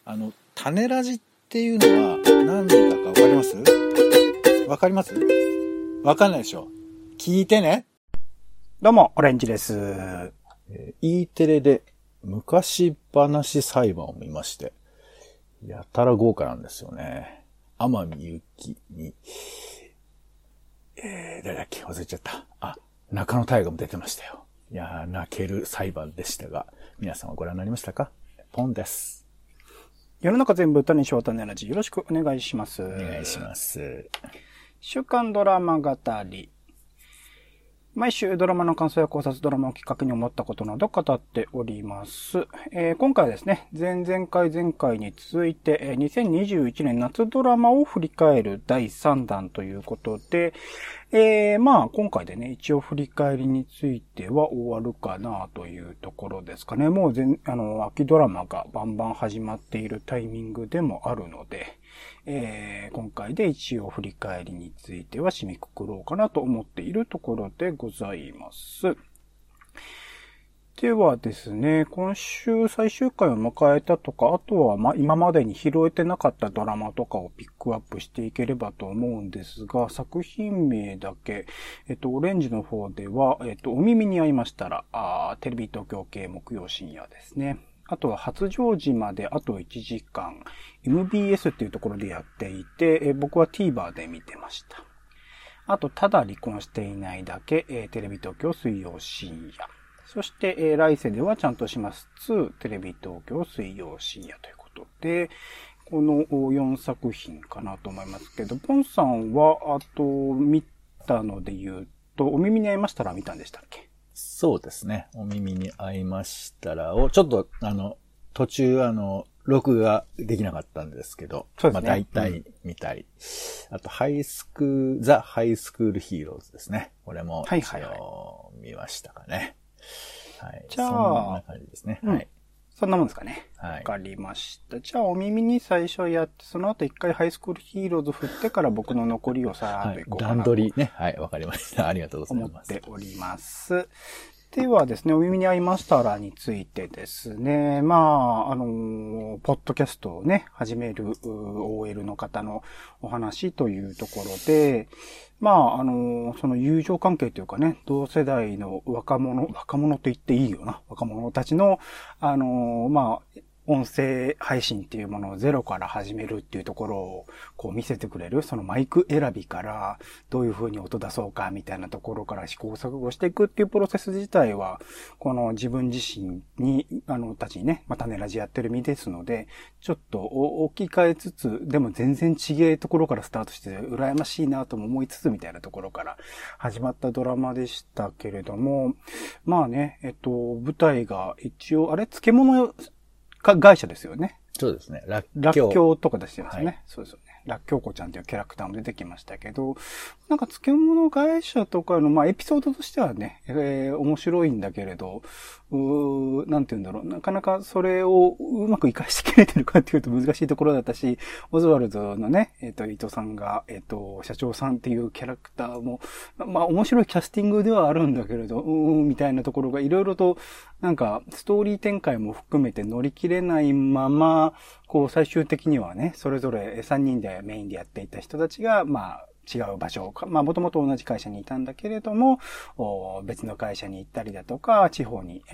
種ラジっていうのは何だかわかります？わかります？わかんないでしょ？聞いてね。 どうも、オレンジです。 E テレで昔話裁判を見まして、やたら豪華なんですよね。天海祐希に、誰だっけ忘れちゃった。中野大河も出てましたよ。いやー、泣ける裁判でしたが、皆さんはご覧になりましたか？ポンです。 世の中全部歌にしよう種ラジ、よろしくお願いします。 お願いします。 週刊ドラマ語り。毎週ドラマの感想や考察、ドラマをきっかけに思ったことなど語っております。今回はですね、前々回に続いて、2021年夏ドラマを振り返る第3弾ということで、今回でね、一応振り返りについては終わるかなというところですかね。もう秋ドラマがバンバン始まっているタイミングでもあるので、今回で一応振り返りについては締めくくろうかなと思っているところでございます。ではですね、今週最終回を迎えたとか、あとは今までに拾えてなかったドラマとかをピックアップしていければと思うんですが、作品名だけ、オレンジの方では、お耳に合いましたら、テレビ東京系木曜深夜ですね。あとは発情時まであと1時間、MBS っていうところでやっていて、僕は TVer で見てました。あと、ただ離婚していないだけ、テレビ東京水曜深夜。そして、来世ではちゃんとします2、テレビ東京水曜深夜ということで、この4作品かなと思いますけど、ポンさんは、見たので言うと、お耳に合いましたら見たんでしたっけ？ そうですね。お耳に合いましたらを、ちょっと、途中、録画できなかったんですけど、 そうですね。 大体見たり。あと、ザ・ハイスクールヒーローズですね。これも、見ましたかね。はい。 じゃあ、 そんな感じですね。はい。 そんなもんですかね。 はい。 わかりました。じゃあ、お耳に最初やって、その後一回ハイスクールヒーローズ振ってから僕の残りをさーっといこうかな、 段取りね。はい、わかりました。ありがとうございます。 思っております。ではですね、お耳に合いましたらについてですね、ポッドキャストをね、始める OL の方のお話というところで、その友情関係というかね、同世代の若者と言っていいよな、若者たちの、音声配信っていうものをゼロから始めるっていうところをこう見せてくれる、そのマイク選びからどういう風に音出そうかみたいなところから試行錯誤していくっていうプロセス自体は、この自分自身に、たちにね、種ラジやってる身ですので、ちょっと置き換えつつ、でも全然違えところからスタートして羨ましいなとも思いつつみたいなところから始まったドラマでしたけれども、舞台が一応、漬物会社ですよね。 そうですね。 らっきょうとか出してますよね。 はい、 そうですよね。らっきょうこちゃんというキャラクターも出てきましたけど、なんか漬物会社とかの、エピソードとしてはね、面白いんだけれど、なんて言うんだろう。なかなかそれをうまく活かしきれてるかっていうと難しいところだったし、オズワルドのね、伊藤さんが、社長さんっていうキャラクターも、面白いキャスティングではあるんだけれど、みたいなところがいろいろと、なんか、ストーリー展開も含めて乗り切れないまま、こう、最終的にはね、それぞれ3人でメインでやっていた人たちが、違う場所か、もともと同じ会社にいたんだけれども、別の会社に行ったりだとか、地方に、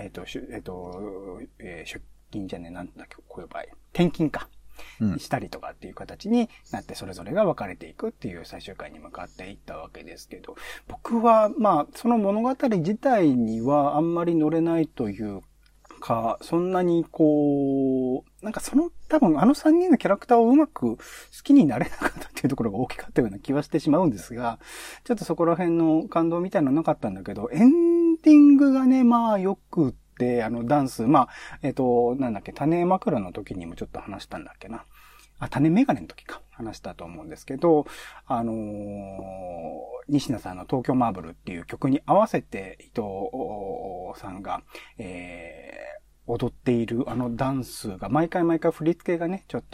出勤じゃね、なんだっけ、こういう場合、転勤か。したりとかっていう形になってそれぞれが分かれていくっていう最終回に向かっていったわけですけど、僕はその物語自体にはあんまり乗れないというか、そんなにこう、なんか多分3人のキャラクターをうまく好きになれなかったっていうところが大きかったような気はしてしまうんですが、ちょっとそこら辺の感動みたいなのなかったんだけど、エンディングがね、よくで、ダンス、なんだっけ、種枕の時にもちょっと話したんだっけな。種メガネの時か、話したと思うんですけど、西野さんの東京マーブルっていう曲に合わせて、伊藤さんが、踊っているダンスが、毎回振り付けがね、ちょっと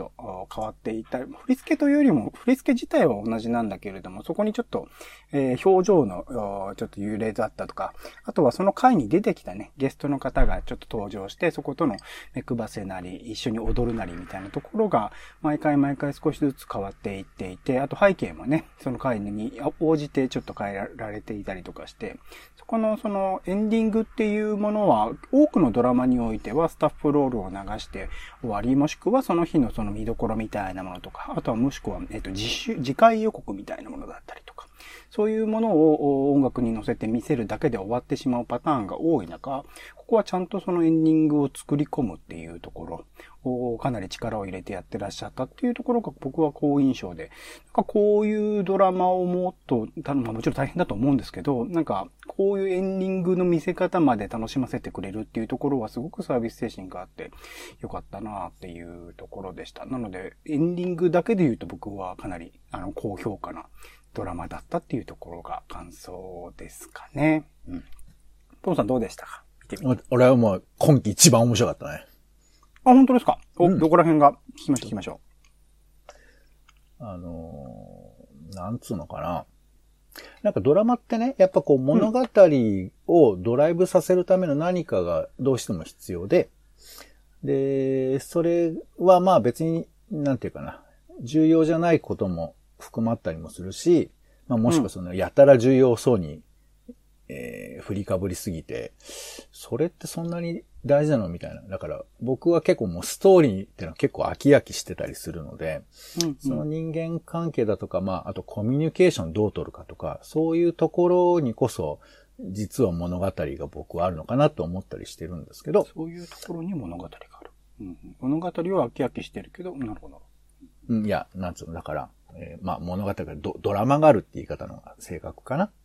変わっていたり、振り付けというよりも、振り付け自体は同じなんだけれども、そこにちょっと、表情のちょっと揺れだったとか、あとはその回に出てきたね、ゲストの方がちょっと登場して、そことの目配せなり、一緒に踊るなりみたいなところが、毎回毎回少しずつ変わっていっていて、あと背景もね、その回に応じてちょっと変えられていたりとかして、そこのそのエンディングっていうものは、多くのドラマにおいてはスタッフロールを流して終わり、もしくはその日のその見どころみたいなものとか、あとはもしくは、次回予告みたいなものだったりとか、そういうものを音楽に乗せて見せるだけで終わってしまうパターンが多い中、ここはちゃんとそのエンディングを作り込むっていうところをかなり力を入れてやってらっしゃったっていうところが僕は好印象で、なんかこういうドラマをもっと、まあもちろん大変だと思うんですけど、なんかこういうエンディングの見せ方まで楽しませてくれるっていうところはすごくサービス精神があってよかったなっていうところでした。なのでエンディングだけで言うと僕はかなり高評価なドラマだったっていうところが感想ですかね。うん。トムさんどうでしたか？見てみて。 俺はもう今季一番面白かったね。 あ、本当ですか？どこら辺が聞きましょう。なんつうのかな。なんかドラマってね、やっぱこう物語をドライブさせるための何かがどうしても必要で、で、それはまあ別に、なんていうかな、重要じゃないことも含まったりもするし、まあもしくはそのやたら重要そうに、振りかぶりすぎて、それってそんなに大事なのみたいな。だから僕は結構もうストーリーっていうのは結構飽き飽きしてたりするので、その人間関係だとか、まああとコミュニケーションどう取るかとか、そういうところにこそ実は物語が僕はあるのかなと思ったりしてるんですけど。 そういうところに物語がある。物語は飽き飽きしてるけど、なるほど。 いや、なんつうの、だから、まあ物語がドラマがあるって言い方の方が正確かな。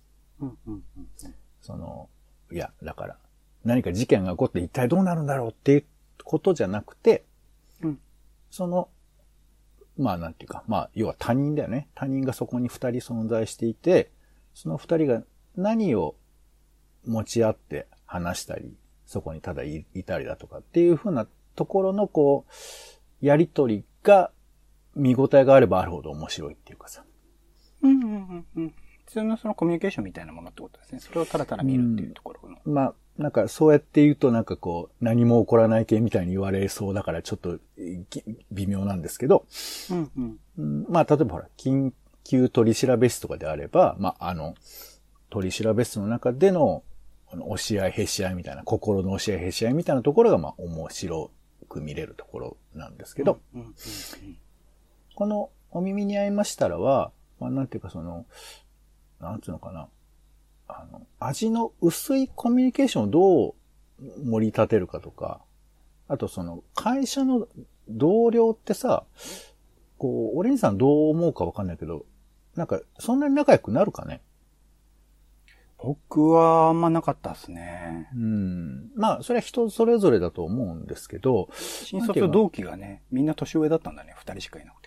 いや、だから、何か事件が起こって一体どうなるんだろうっていうことじゃなくて、まあなんていうか、まあ要は他人だよね。他人がそこに二人存在していて、その二人が何を持ち合って話したり、そこにただいたりだとかっていう風なところのこう、やりとりが見応えがあればあるほど面白いっていうかさ。 普通のそのコミュニケーションみたいなものってことですね。それをただただ見るっていうところの。 まあ、なんかそうやって言うとなんかこう、何も起こらない系みたいに言われそうだからちょっと微妙なんですけど、まあ例えばほら、緊急取調室とかであれば、まあ取調室の中での押し合いへし合いみたいな、心の押し合いへし合いみたいなところがまあ面白く見れるところなんですけど、このお耳に合いましたらは、まあなんていうかなんていうのかな。味の薄いコミュニケーションをどう盛り立てるかとか、あと会社の同僚ってさ、こう、オレンジさんどう思うかわかんないけど、なんか、そんなに仲良くなるかね？ 僕はあんまなかったですね。 まあ、それは人それぞれだと思うんですけど、 新卒同期がね、みんな年上だったんだね、二人しかいなくて。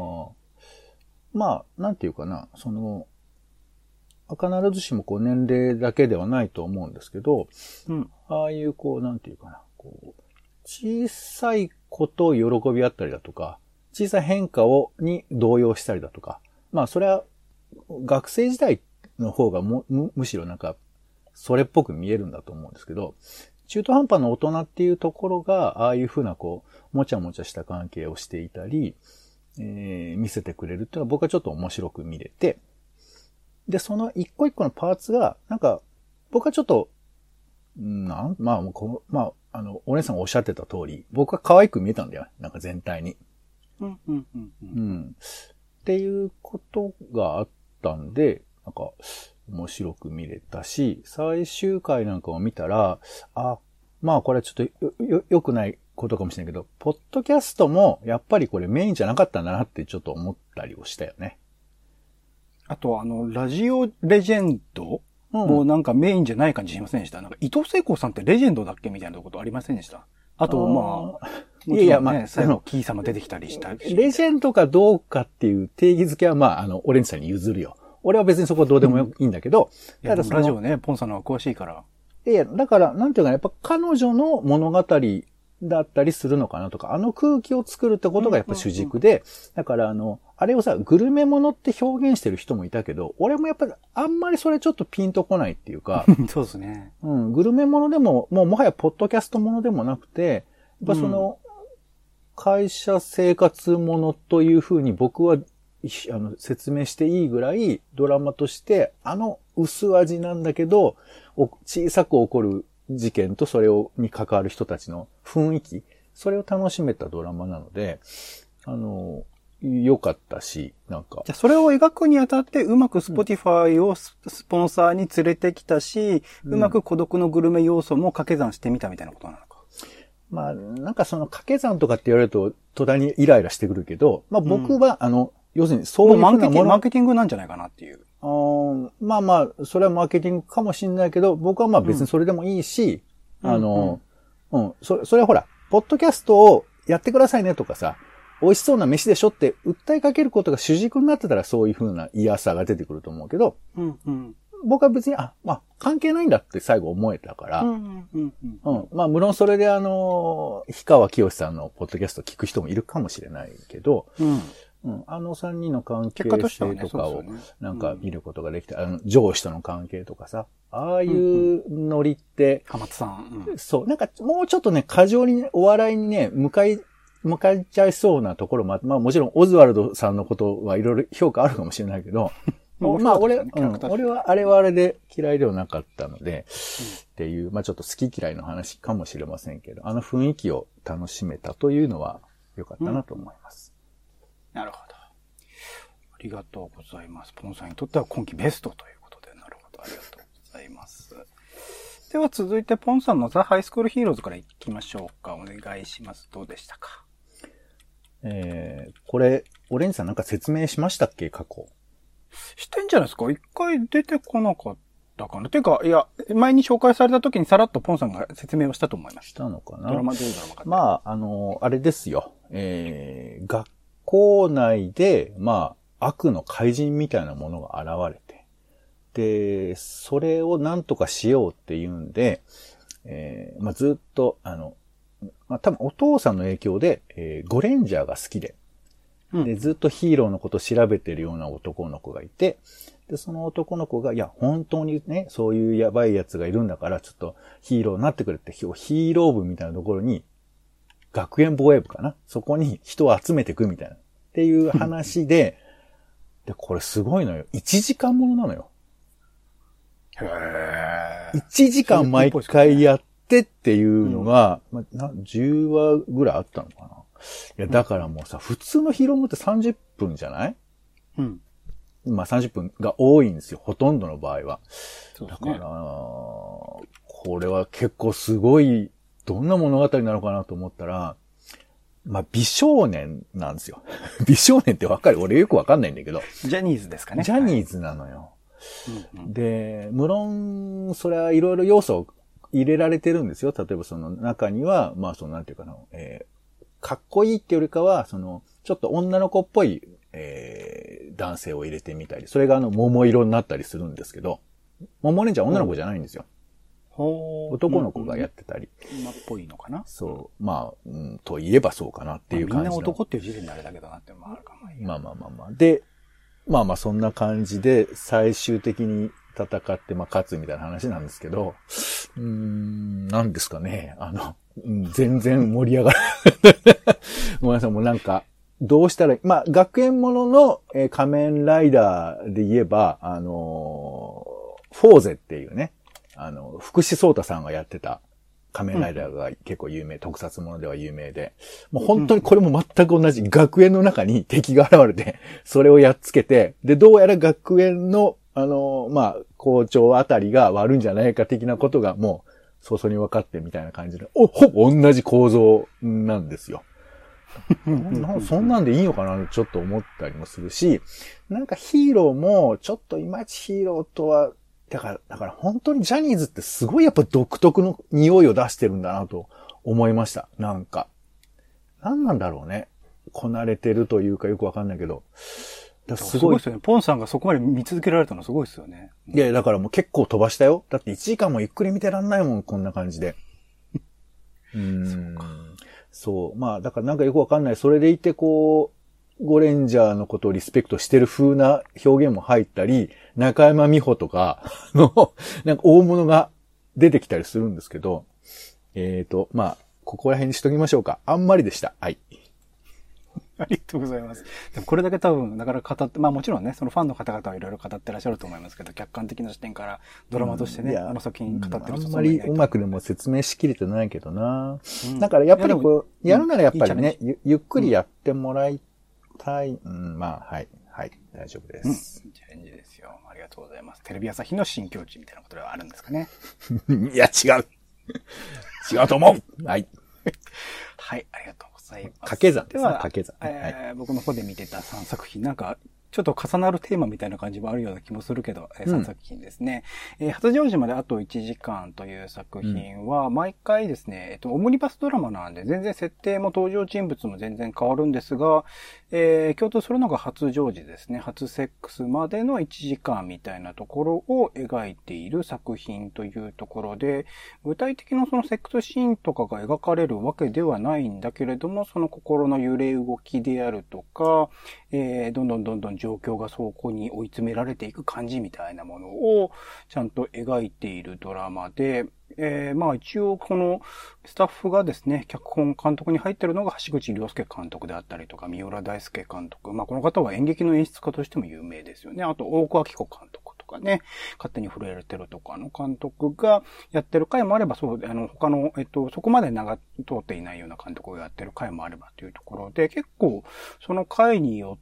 まあ、なんていうかな、必ずしもこう年齢だけではないと思うんですけど、ああいうこう、なんていうかな、こう、小さいことを喜び合ったりだとか、小さい変化に動揺したりだとか、まあそれは学生時代の方がむしろなんか、それっぽく見えるんだと思うんですけど、中途半端な大人っていうところが、ああいうふうなこう、もちゃもちゃした関係をしていたり、見せてくれるっていうのは僕はちょっと面白く見れて、で、その一個一個のパーツが、なんか、僕はちょっと、お姉さんがおっしゃってた通り、僕は可愛く見えたんだよ。なんか全体に。っていうことがあったんで、なんか、面白く見れたし、最終回なんかを見たら、まあこれはちょっと良くないことかもしれないけど、ポッドキャストもやっぱりこれメインじゃなかったんだなってちょっと思ったりをしたよね。 あとラジオレジェンドもなんかメインじゃない感じしませんでした？なんか伊藤聖子さんってレジェンドだっけみたいなことありませんでした？あと、まあ、いや、まあ、最後、キー様出てきたりした。 レジェンドかどうかっていう定義づけは、まあ、オレンジさんに譲るよ。俺は別にそこどうでもいいんだけど。 ただラジオね、ポンさんの方が詳しいから。 いや、だから、なんていうかな、やっぱ彼女の物語だったりするのかなとか、あの空気を作るってことがやっぱ主軸で、だからあれをさ、グルメものって表現してる人もいたけど、俺もやっぱりあんまりそれちょっとピンとこないっていうか、 そうですね。 うん、グルメものでも、もうもはやポッドキャストものでもなくて、やっぱ会社生活ものというふうに僕は説明していいぐらいドラマとして薄味なんだけど小さく起こる事件とそれに関わる人たちの雰囲気、それを楽しめたドラマなので良かったし、なんか。 じゃあそれを描くにあたってうまく Spotify をスポンサーに連れてきたし、うまく孤独のグルメ要素も掛け算してみたみたいなことなのか。 まあ、なんかその掛け算とかって言われると途端にイライラしてくるけど、まあ僕は要するにそういうふうなもの。 マーケティングなんじゃないかなっていう。 まあまあ、それはマーケティングかもしれないけど、僕はまあ別にそれでもいいし、それはほら、ポッドキャストをやってくださいねとかさ、美味しそうな飯でしょって訴えかけることが主軸になってたらそういう風な嫌さが出てくると思うけど、僕は別に、まあ、関係ないんだって最後思えたから、まあ、無論それで氷川きよしさんのポッドキャスト聞く人もいるかもしれないけど、3人の関係性とかをなんか見ることができた、上司との関係とかさ、ああいうノリって、 浜津さん、 そう、なんかもうちょっとね、過剰にお笑いにね、向かっちゃいそうなところもあって、まあもちろんオズワルドさんのことはいろいろ評価あるかもしれないけど、まあ俺はあれはあれで嫌いではなかったので、っていう、まあちょっと好き嫌いの話かもしれませんけど、雰囲気を楽しめたというのは良かったなと思います。 なるほど。ありがとうございます。ポンさんにとっては今季ベストということで、なるほど。ありがとうございます。では続いてポンさんのザ・ハイスクールヒーローズからいきましょうか。お願いします。どうでしたか？ これ、オレンジさんなんか説明しましたっけ、過去。 してんじゃないですか？一回出てこなかったかな。ていうか、いや、前に紹介された時にさらっとポンさんが説明をしたと思います。 したのかな？ どういうドラマか。 まあ、あれですよ。学校内で、まあ、悪の怪人みたいなものが現れて、で、それをなんとかしようっていうんで、まあ、ずっと、まあ、多分お父さんの影響で、ゴレンジャーが好きで、で、ずっとヒーローのことを調べてるような男の子がいて、で、その男の子が、いや、本当にね、そういうやばいやつがいるんだから、ちょっとヒーローになってくれって、ヒーロー部みたいなところに、学園防衛部かな？そこに人を集めていくみたいな。っていう話で、で、これすごいのよ。1時間ものなのよ。1時間毎回やってっていうのが、まあ、10話ぐらいあったのかな。いや、だからもうさ、普通のヒーローもって30分じゃない？まあ30分が多いんですよ。ほとんどの場合は。そうですね。だから、これは結構すごい、どんな物語なのかなと思ったら、まあ美少年なんですよ。美少年ってわかる？俺よくわかんないんだけど。 ジャニーズですかね。 ジャニーズなのよ。で、無論、それはいろいろ要素を入れられてるんですよ。例えばその中には、まあなんていうかな、かっこいいってよりかは、ちょっと女の子っぽい、男性を入れてみたり、それが桃色になったりするんですけど、桃レンジャー女の子じゃないんですよ。男の子がやってたり。 今っぽいのかな？ そう。まあ、と言えばそうかなっていう感じの。 みんな男っていう時点であれだけどなってのもあるかも。 まあ。で、まあそんな感じで最終的に戦って勝つみたいな話なんですけど、なんですかね。全然盛り上がらない。ごめんなさい、もうなんか、どうしたら、まあ、学園ものの、仮面ライダーで言えば、フォーゼっていうね、福士蒼太さんがやってた仮面ライダーが結構有名、特撮ものでは有名で、もう本当にこれも全く同じ、学園の中に敵が現れて、それをやっつけて、で、どうやら学園の、まあ、校長あたりが悪いんじゃないか的なことがもう、早々に分かってみたいな感じで、ほぼ同じ構造なんですよ。そんなんでいいのかなちょっと思ったりもするし、なんかヒーローもちょっといまいちヒーローとは、だから本当にジャニーズってすごいやっぱ独特の匂いを出してるんだなと思いました。なんか。何なんだろうね。こなれてるというかよくわかんないけど。 すごいですよね。ポンさんがそこまで見続けられたのすごいですよね。 いや、だからもう結構飛ばしたよ。だって1時間もゆっくり見てらんないもん、こんな感じで。 そう。まあ、だからなんかよくわかんない。それでいてこう、ゴレンジャーのことをリスペクトしてる風な表現も入ったり、中山美穂とかの、なんか大物が出てきたりするんですけど、まあ、ここら辺にしときましょうか。あんまりでした。はい。 ありがとうございます。でもこれだけ多分、だから語って、まあもちろんね、そのファンの方々はいろいろ語ってらっしゃると思いますけど、客観的な視点からドラマとしてね、あの作品語ってる人あんまりうまくでも説明しきれてないけどな。 うん、 だからやっぱりこう、やるならやっぱりね、ゆっくりやってもらいたい。まあ、はい。はい。大丈夫です。 チャレンジですよ。ありがとうございます。テレビ朝日の新境地みたいなことではあるんですかね。 いや、違う。違うと思う。はい。 はい、ありがとうございます。 掛け算ですね。 掛け算。僕の方で見てた3作品、なんか、ちょっと重なるテーマみたいな感じもあるような気もするけど、3作品ですね。八丈島であと1時間という作品は、毎回ですね、オムニバスドラマなんで、全然設定も登場人物も全然変わるんですが、共通するのが初成就ですね。初セックスまでの1時間みたいなところを描いている作品というところで、具体的なそのセックスシーンとかが描かれるわけではないんだけれども、その心の揺れ動きであるとか、どんどん状況がそこに追い詰められていく感じみたいなものをちゃんと描いているドラマで、まあ一応このスタッフがですね、脚本監督に入っているのが橋口亮介監督であったりとか、三浦大輔監督。まあこの方は演劇の演出家としても有名ですよね。あと大久明子監督とかね、勝手に震えられてるとかの監督がやってる回もあれば、そう、他の、そこまで通っていないような監督がやってる回もあればというところで、結構その回によって、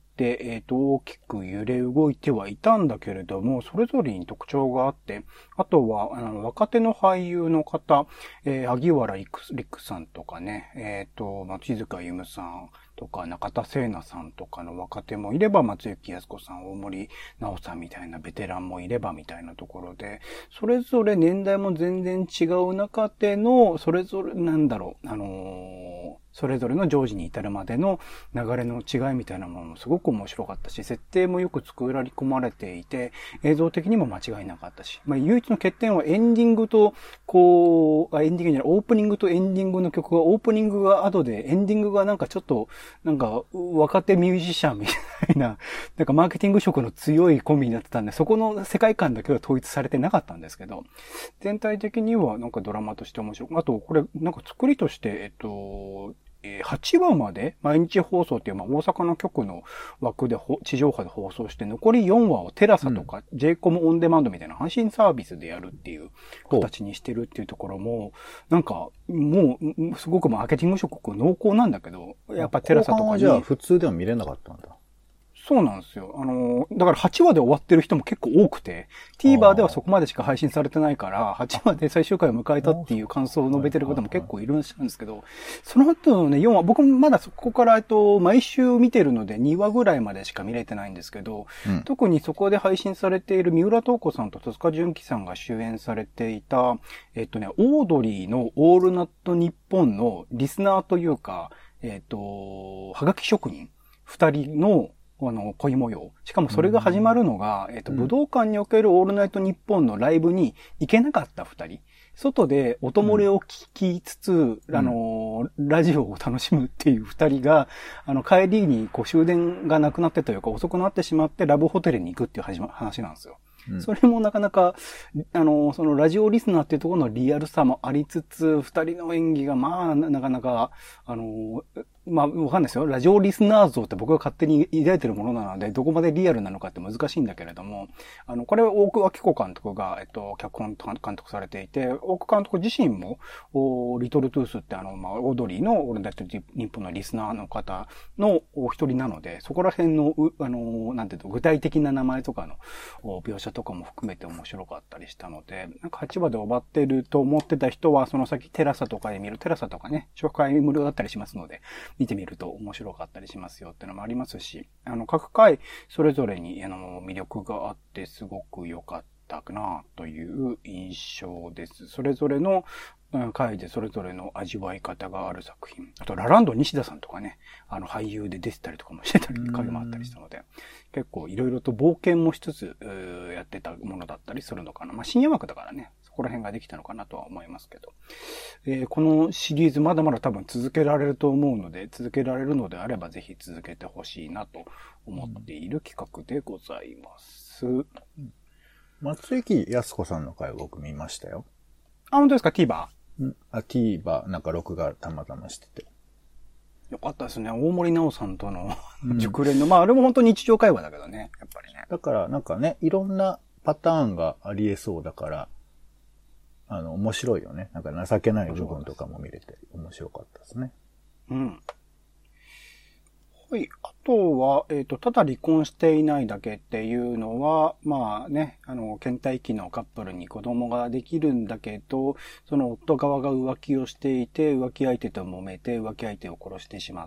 大きく揺れ動いてはいたんだけれども、それぞれに特徴があって、あとは、若手の俳優の方、萩原陸さんとかね、松塚由さんとか、中田聖奈さんとかの若手もいれば、松雪泰子さん、大森直さんみたいなベテランもいればみたいなところで、それぞれ年代も全然違う中での、それぞれなんだろう、それぞれの常時に至るまでの流れの違いみたいなものもすごく面白かったし、設定もよく作られ込まれていて、映像的にも間違いなかったし、まあ唯一の欠点はエンディングと、オープニングとエンディングの曲が、オープニングが後で、エンディングがなんかちょっと、なんか若手ミュージシャンみたいな、なんかマーケティング色の強いコンビになってたんで、そこの世界観だけは統一されてなかったんですけど、全体的にはなんかドラマとして面白い。あと、これ、なんか作りとして、8話まで毎日放送っていう、まあ、大阪の局の枠で地上波で放送して、残り4話をテラサとか JCOM オンデマンドみたいな配信サービスでやるっていう形にしてるっていうところも、なんか、もう、すごくマーケティング色濃厚なんだけど、やっぱテラサとかに。 じゃあ普通では見れなかったんだ。 そうなんですよ。だから8話で終わってる人も結構多くて、TVer ではそこまでしか配信されてないから、8話で最終回を迎えたっていう感想を述べてる方も結構いるんですけど、その後のね、4話、僕もまだそこから毎週見てるので2話ぐらいまでしか見れてないんですけど、特にそこで配信されている三浦透子さんと戸塚純喜さんが主演されていた、オードリーのオールナットニッポンのリスナーというか、はがき職人2人の恋模様。しかもそれが始まるのが、武道館におけるオールナイトニッポンのライブに行けなかった2人。外で音漏れを聞きつつ、ラジオを楽しむっていう2人が、帰りに終電がなくなってというか遅くなってしまってラブホテルに行くっていう話なんですよ。それもなかなか、そのラジオリスナーっていうところのリアルさもありつつ、二人の演技がまあ、なかなか、まあ、わかんないですよ。ラジオリスナー像って僕が勝手に抱いてるものなので、どこまでリアルなのかって難しいんだけれども、これは大久明子監督が、脚本監督されていて、大久監督自身も、リトルトゥースってまあ、オードリーのオールナイトニッポンのリスナーの方のお一人なので、そこら辺の、なんていうと、具体的な名前とかの描写とかも含めて面白かったりしたので、なんか8話で終わってると思ってた人は、その先テラサとかで見る、テラサとかね、紹介無料だったりしますので、見てみると面白かったりしますよっていうのもありますし、各回それぞれに魅力があってすごく良かったなという印象です。それぞれの回でそれぞれの味わい方がある作品。あと、ラランド西田さんとかね、俳優で出てたりとかもしてたり、回もあったりしたので、結構いろいろと冒険もしつつ、やってたものだったりするのかな。まあ、深夜枠だからね、 そこら辺ができたのかなとは思いますけど。このシリーズまだまだ多分続けられると思うので、続けられるのであればぜひ続けてほしいなと思っている企画でございます。 松雪康子さんの回を僕見ましたよ。 あ、本当ですか？ TVer？ TVer、なんか録画たまたましてて。 よかったですね。大森直さんとの熟練の、まああれも本当に日常会話だけどね、やっぱりね。 だからなんかね、いろんなパターンがあり得そうだから、面白いよね。なんか情けない部分とかも見れて面白かったですね。 うん。はい。あとは、ただ離婚していないだけっていうのは、まあね、倦怠期のカップルに子供ができるんだけど、その夫側が浮気をしていて、浮気相手と揉めて、浮気相手を殺してしまって、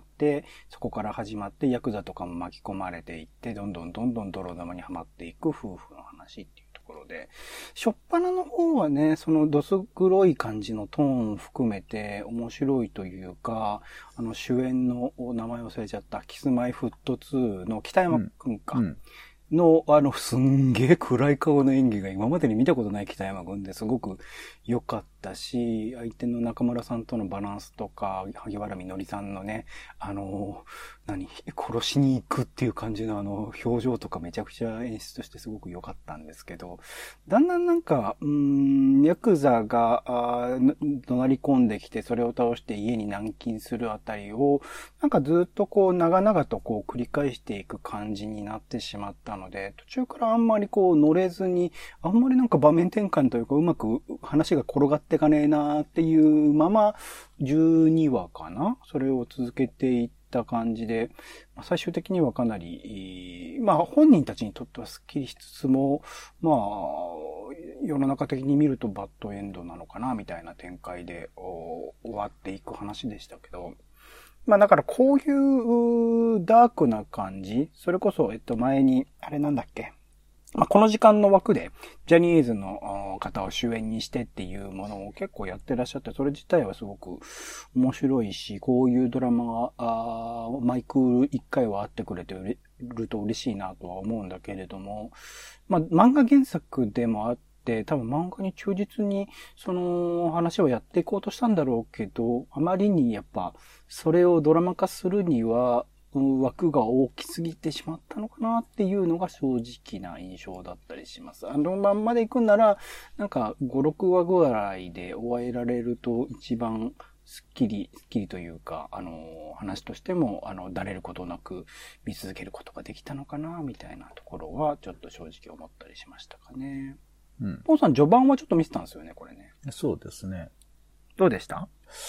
そこから始まってヤクザとかも巻き込まれていって、どんどん泥沼にはまっていく夫婦の話っていうところで、しょっぱなの方はね、そのどす黒い感じのトーンを含めて面白いというか、主演の名前忘れちゃった、キスマイフット2の北山くんか。の、すんげえ暗い顔の演技が今までに見たことない北山くんですごく良かったし、相手の中村さんとのバランスとか、萩原みのりさんのね、殺しに行くっていう感じの表情とかめちゃくちゃ演出としてすごく良かったんですけど、だんだんなんか、ヤクザが、怒鳴り込んできて、それを倒して家に軟禁するあたりを、なんかずっとこう、長々とこう、繰り返していく感じになってしまったので、途中からあんまりこう、乗れずに、あんまりなんか場面転換というか、うまく話が転がってかねえなーっていうまま、12話かな？それを続けていった感じで、最終的にはかなり、まあ本人たちにとってはスッキリしつつも、まあ、世の中的に見るとバッドエンドなのかな、みたいな展開で終わっていく話でしたけど、まあだからこういうダークな感じ、それこそ前に、あれなんだっけ、まあこの時間の枠でジャニーズの方を主演にしてっていうものを結構やってらっしゃって、それ自体はすごく面白いし、こういうドラマがマイクール1回はあってくれてると嬉しいなとは思うんだけれども、まあ漫画原作でもあって、多分漫画に忠実にその話をやっていこうとしたんだろうけど、あまりにやっぱそれをドラマ化するには枠が大きすぎてしまったのかなっていうのが正直な印象だったりします。まんまで行くんなら、なんか5、6話ぐらいで終えられると一番スッキリというか、話としても、だれることなく見続けることができたのかなみたいなところはちょっと正直思ったりしましたかね。ポンさん序盤はちょっと見てたんですよね、これね。 そうですね。 どうでした？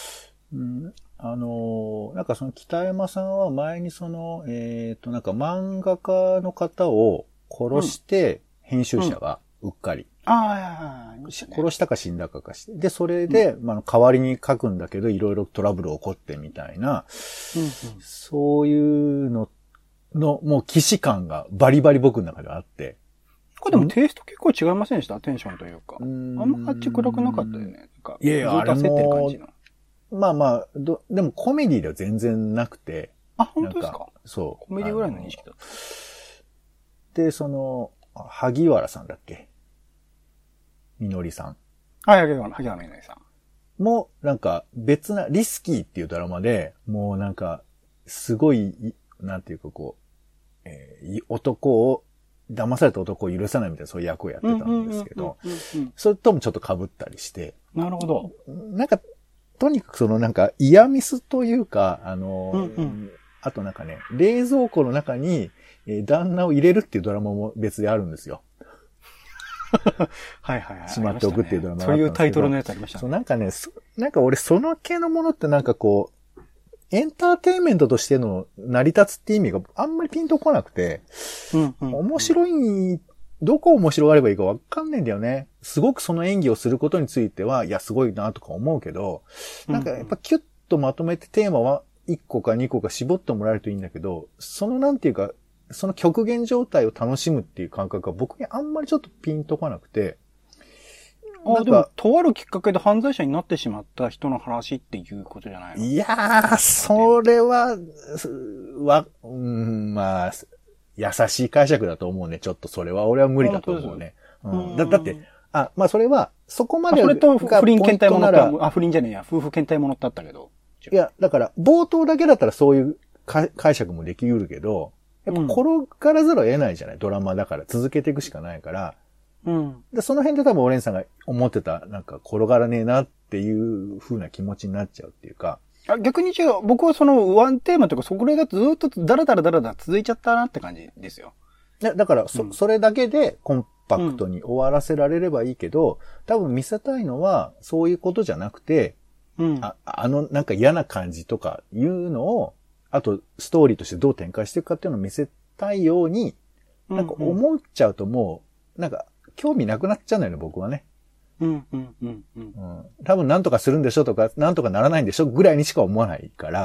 なんかその北山さんは前にその、なんか漫画家の方を殺して編集者がうっかり。殺したか死んだかして。で、それで、代わりに書くんだけど、いろいろトラブル起こってみたいな、そういうのの、もう既視感がバリバリ僕の中であって。 これでもテイスト結構違いませんでした？テンションというか。あんまあっち暗くなかったよね。なんかいやいや、 ずっと焦ってる感じの。 まあまあ、でもコメディでは全然なくて。 あ、本当ですか？ そう。 コメディぐらいの認識だった。 で、萩原さんだっけ？みのりさん。 はい、萩原みのりさん。 も、なんか別な、リスキーっていうドラマで、もうなんか、すごい、なんていうかこう、男を、騙された男を許さないみたいなそういう役をやってたんですけど、それともちょっと被ったりして。 なるほど。 なんか、とにかくなんか、イヤミスというか、あとなんかね、冷蔵庫の中に、旦那を入れるっていうドラマも別であるんですよ。 はいはいはい。 しまっておくっていうドラマがあったんですけど。 そういうタイトルのやつありましたね。 そう、なんかね、なんか俺その系のものってなんかこう、エンターテインメントとしての成り立つって意味があんまりピンとこなくて、面白い、どこ面白がればいいかわかんないんだよね。すごくその演技をすることについては、いや、すごいなとか思うけど、なんかやっぱキュッとまとめてテーマは1個か2個か絞ってもらえるといいんだけど、そのなんていうか、その極限状態を楽しむっていう感覚が僕にあんまりちょっとピンとこなくて。 でも、とあるきっかけで犯罪者になってしまった人の話っていうことじゃないの？ いやー、それは、まあ、優しい解釈だと思うね。ちょっとそれは俺は無理だと思うね。だって、 まあそれは、そこまでそれと不倫検体ものら不倫じゃねえや、夫婦検体ものってあったけど。 いや、だから、冒頭だけだったらそういう解釈もできうるけど、やっぱ転がらざるを得ないじゃない、ドラマだから続けていくしかないから。で、その辺で多分オレンさんが思ってた、なんか転がらねえなっていう風な気持ちになっちゃうっていうか。 逆に違う。僕はそのワンテーマとか、そこがずっとダラダラ続いちゃったなって感じですよ。 だからそれだけでコンパクトに終わらせられればいいけど、多分見せたいのはそういうことじゃなくて、なんか嫌な感じとかいうのを、あとストーリーとしてどう展開していくかっていうのを見せたいように、なんか思っちゃうともう、なんか興味なくなっちゃうのよね、僕はね。多分なんとかするんでしょとか、なんとかならないんでしょぐらいにしか思わないから。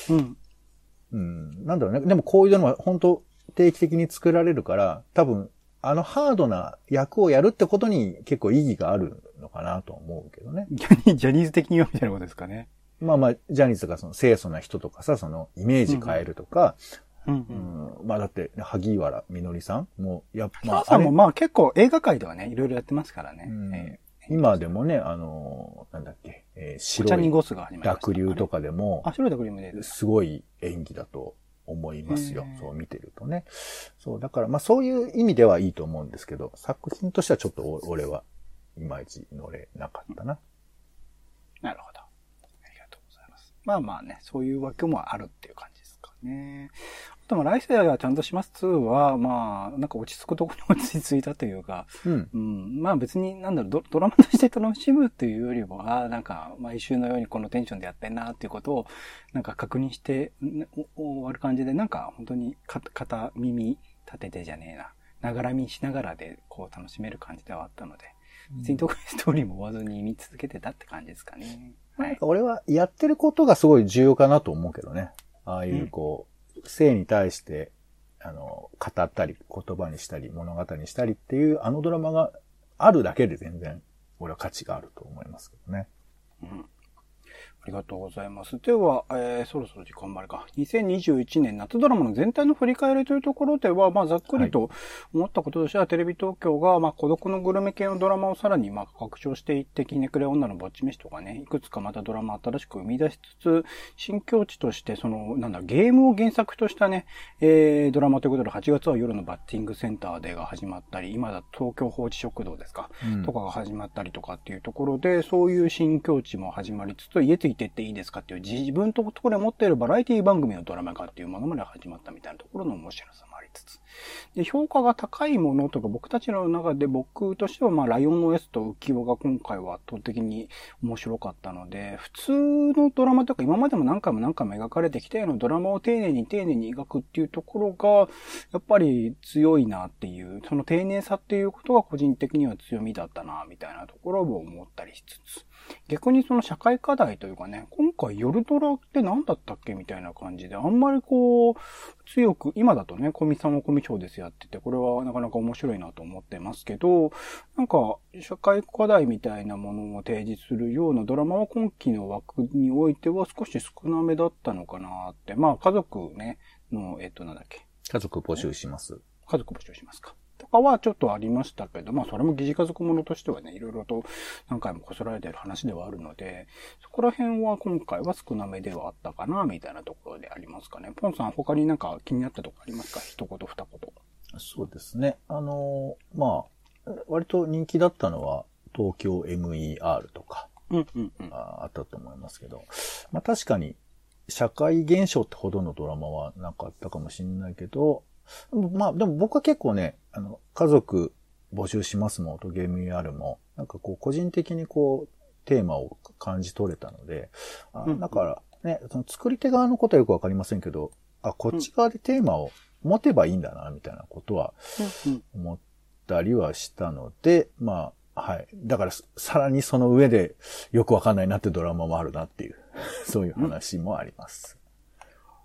なんだろうね。でもこういうのは本当定期的に作られるから、多分ハードな役をやるってことに結構意義があるのかなと思うけどね。 ジャニーズ的にはみたいなことですかね。 まあまあ、ジャニーズとかその清楚な人とかさ、そのイメージ変えるとか、まあだって、萩原みのりさんも、やっぱ、 まあ、さんもまあ結構映画界ではね、いろいろやってますからね。 今でもね、なんだっけ、白い濁流とかでも、 白い濁流もね、 すごい演技だと思いますよ。そう見てるとね。そう、だからまあそういう意味ではいいと思うんですけど、作品としてはちょっと俺はいまいち乗れなかったな。 なるほど。ありがとうございます。まあまあね、そういうわけもあるっていう感じですかね。でも来世がちゃんとします2は、まあ、なんか落ち着くところに落ち着いたというか、まあ別になんだろう、ドラマとして楽しむっていうよりは、なんか毎週のようにこのテンションでやってんなっていうことを、なんか確認して終わる感じで、なんか本当に耳立ててじゃねえな、ながら見しながらでこう楽しめる感じではあったので、別に特にストーリーも追わずに見続けてたって感じですかね。 なんか俺はやってることがすごい重要かなと思うけどね。ああいうこう、性に対して、語ったり、言葉にしたり、物語にしたりっていう、ドラマがあるだけで全然、俺は価値があると思いますけどね。 ありがとうございます。では、そろそろ時間までか。2021年夏ドラマの全体の振り返りというところでは、まあ、ざっくりと思ったこととしては、テレビ東京が、まあ、孤独のグルメ系のドラマをさらに、まあ、拡張していって、ひねくれ女のぼっち飯とかね、いくつかまたドラマ新しく生み出しつつ、新境地として、ゲームを原作としたね、ドラマということで、8月は夜のバッティングセンターでが始まったり、今だ東京放置食堂ですか、とかが始まったりとかっていうところで、そういう新境地も始まりつつ、家ついてっていいですかっていう自分ところで持っているバラエティ番組のドラマ化っていうものまで始まったみたいなところの面白さもありつつ。で、評価が高いものとか僕たちの中で僕としてはまあライオンの S と浮世が今回は圧倒的に面白かったので、普通のドラマとか今までも何回も描かれてきたようなドラマを丁寧に描くっていうところが、やっぱり強いなっていう、その丁寧さっていうことが個人的には強みだったな、みたいなところを思ったりしつつ。逆にその社会課題というかね、今回夜ドラって何だったっけみたいな感じで、あんまりこう、強く、今だとね、コミさんもコミショーですやってて、これはなかなか面白いなと思ってますけど、なんか、社会課題みたいなものを提示するようなドラマは今期の枠においては少し少なめだったのかなって。まあ、家族ね、の、なんだっけ。 家族募集します。 家族募集しますか。とかはちょっとありましたけど、まあそれも疑似家族ものとしてはね、いろいろと何回もこそられている話ではあるので、そこら辺は今回は少なめではあったかな、みたいなところでありますかね。ポンさん他になんか気になったところありますか？一言二言。 そうですね。まあ、割と人気だったのは東京 MER とか、あったと思いますけど、まあ確かに社会現象ってほどのドラマはなかったかもしれないけど、まあ、でも僕は結構ね、家族募集しますもんとゲーム ER も、なんかこう、個人的にこう、テーマを感じ取れたので、だからね、その作り手側のことはよくわかりませんけど、こっち側でテーマを持てばいいんだな、みたいなことは思ったりはしたので、まあ、はい。だから、さらにその上でよくわかんないなってドラマもあるなっていう、そういう話もあります。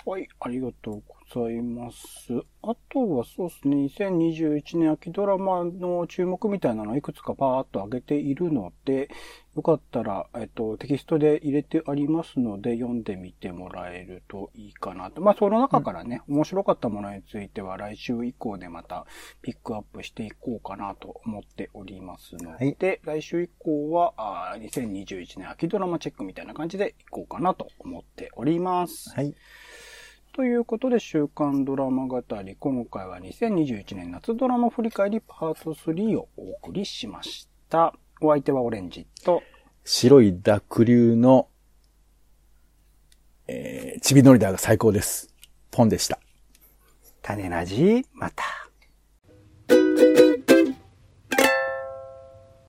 はい、ありがとうございます。あとはそうですね、2021年秋ドラマの注目みたいなのをいくつかパーッと上げているので、よかったら、テキストで入れてありますので、読んでみてもらえるといいかなと。まあ、その中からね、面白かったものについては来週以降でまたピックアップしていこうかなと思っておりますので、来週以降は2021年秋ドラマチェックみたいな感じでいこうかなと思っております。 はい。 ということで、週刊ドラマ語り、今回は2021年夏ドラマ振り返りパート3をお送りしました。お相手はオレンジと、 白い濁流の、ちびノリダーが最高です。ポンでした。 種ラジ、また。